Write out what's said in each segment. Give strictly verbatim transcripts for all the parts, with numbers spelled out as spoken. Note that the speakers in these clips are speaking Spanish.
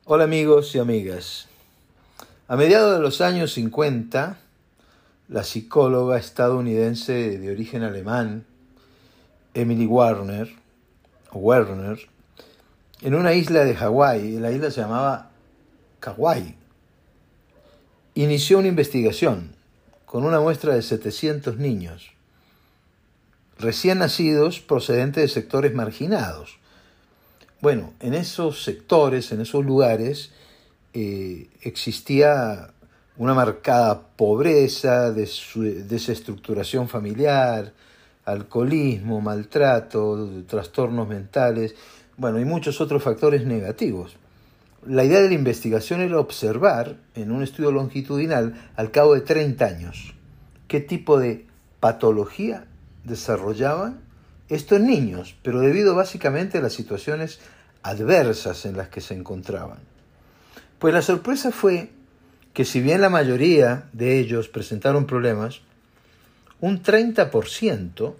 Hola amigos y amigas. A mediados de los años cincuenta, la psicóloga estadounidense de origen alemán, Emily Werner, o Werner, en una isla de Hawái, la isla se llamaba Kauai, inició una investigación con una muestra de setecientos niños, recién nacidos procedentes de sectores marginados. Bueno, en esos sectores, en esos lugares, eh, existía una marcada pobreza, des- desestructuración familiar, alcoholismo, maltrato, trastornos mentales, bueno, y muchos otros factores negativos. La idea de la investigación era observar, en un estudio longitudinal, al cabo de treinta años, qué tipo de patología desarrollaban estos niños, pero debido básicamente a las situaciones adversas en las que se encontraban. Pues la sorpresa fue que si bien la mayoría de ellos presentaron problemas, un treinta por ciento,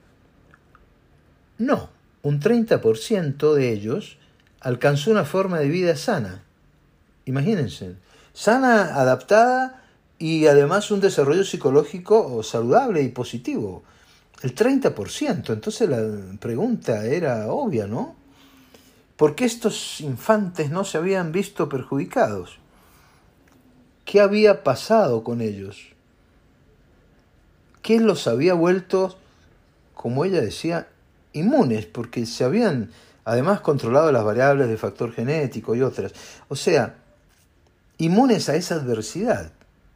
no, un treinta por ciento de ellos alcanzó una forma de vida sana. Imagínense, sana, adaptada y además un desarrollo psicológico saludable y positivo. El treinta por ciento. Entonces la pregunta era obvia, ¿no? ¿Por qué estos infantes no se habían visto perjudicados? ¿Qué había pasado con ellos? ¿Qué los había vuelto, como ella decía, inmunes? Porque se habían además controlado las variables de factor genético y otras. O sea, inmunes a esa adversidad.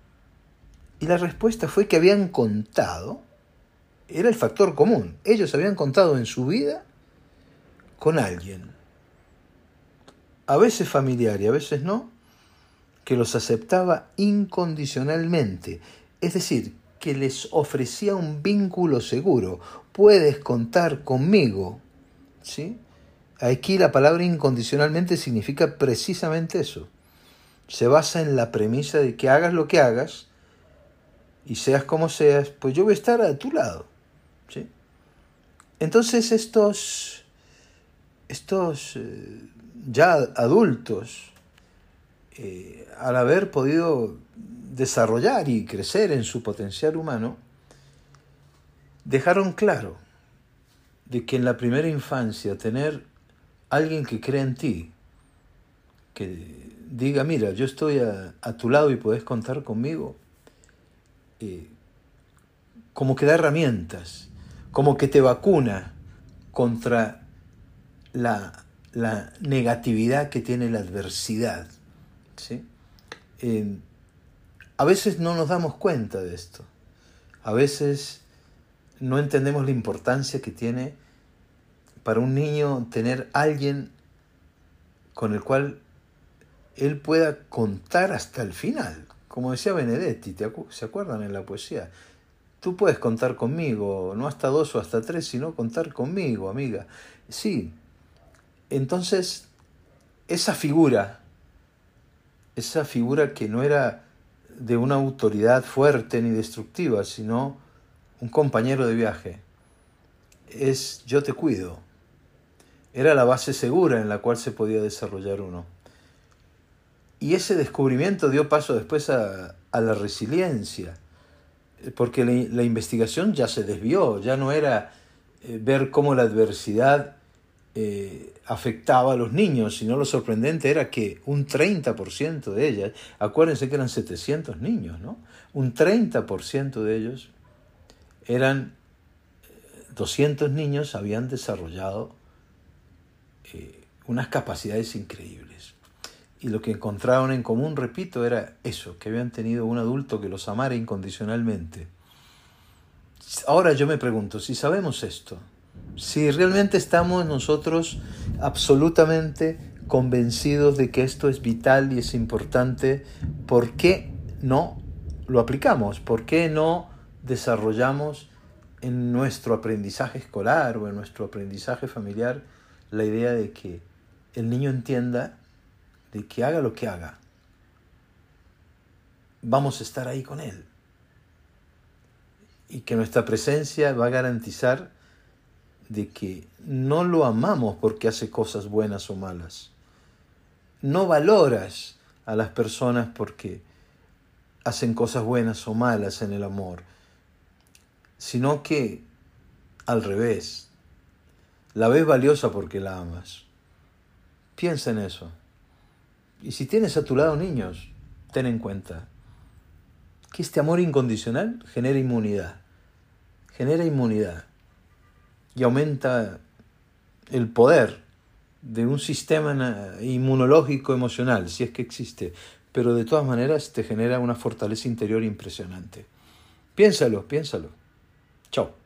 Y la respuesta fue que habían contado, era el factor común, ellos habían contado en su vida con alguien, a veces familiar y a veces no, que los aceptaba incondicionalmente, es decir, que les ofrecía un vínculo seguro. Puedes contar conmigo, ¿sí? Aquí la palabra incondicionalmente significa precisamente eso. Se basa en la premisa de que hagas lo que hagas y seas como seas, pues yo voy a estar a tu lado, ¿sí? Entonces estos, estos eh, ya adultos, eh, al haber podido desarrollar y crecer en su potencial humano, dejaron claro de que en la primera infancia tener alguien que cree en ti, que diga, mira, yo estoy a, a tu lado y podés contar conmigo, eh, como que da herramientas, como que te vacuna contra la, la negatividad que tiene la adversidad, ¿sí? Eh, a veces no nos damos cuenta de esto, a veces no entendemos la importancia que tiene para un niño tener alguien con el cual él pueda contar hasta el final. Como decía Benedetti, ¿te acu- ¿se acuerdan en la poesía? Tú puedes contar conmigo, no hasta dos o hasta tres, sino contar conmigo, amiga. Sí, entonces esa figura, esa figura que no era de una autoridad fuerte ni destructiva, sino un compañero de viaje, es yo te cuido. Era la base segura en la cual se podía desarrollar uno. Y ese descubrimiento dio paso después a, a la resiliencia, porque la, la investigación ya se desvió, ya no era eh, ver cómo la adversidad eh, afectaba a los niños, sino lo sorprendente era que un treinta por ciento de ellas, acuérdense que eran setecientos niños, ¿no? Un treinta por ciento de ellos eran doscientos niños, habían desarrollado eh, unas capacidades increíbles. Y lo que encontraron en común, repito, era eso, que habían tenido un adulto que los amara incondicionalmente. Ahora yo me pregunto, si sabemos esto, si realmente estamos nosotros absolutamente convencidos de que esto es vital y es importante, ¿por qué no lo aplicamos? ¿Por qué no desarrollamos en nuestro aprendizaje escolar o en nuestro aprendizaje familiar la idea de que el niño entienda de que haga lo que haga, vamos a estar ahí con él? Y que nuestra presencia va a garantizar de que no lo amamos porque hace cosas buenas o malas. no valoras a las personas porque hacen cosas buenas o malas en el amor, sino que al revés, la ves valiosa porque la amas. Piensa en eso. Y si tienes a tu lado niños, ten en cuenta que este amor incondicional genera inmunidad, genera inmunidad y aumenta el poder de un sistema inmunológico emocional, si es que existe, pero de todas maneras te genera una fortaleza interior impresionante. Piénsalo, piénsalo. Chao.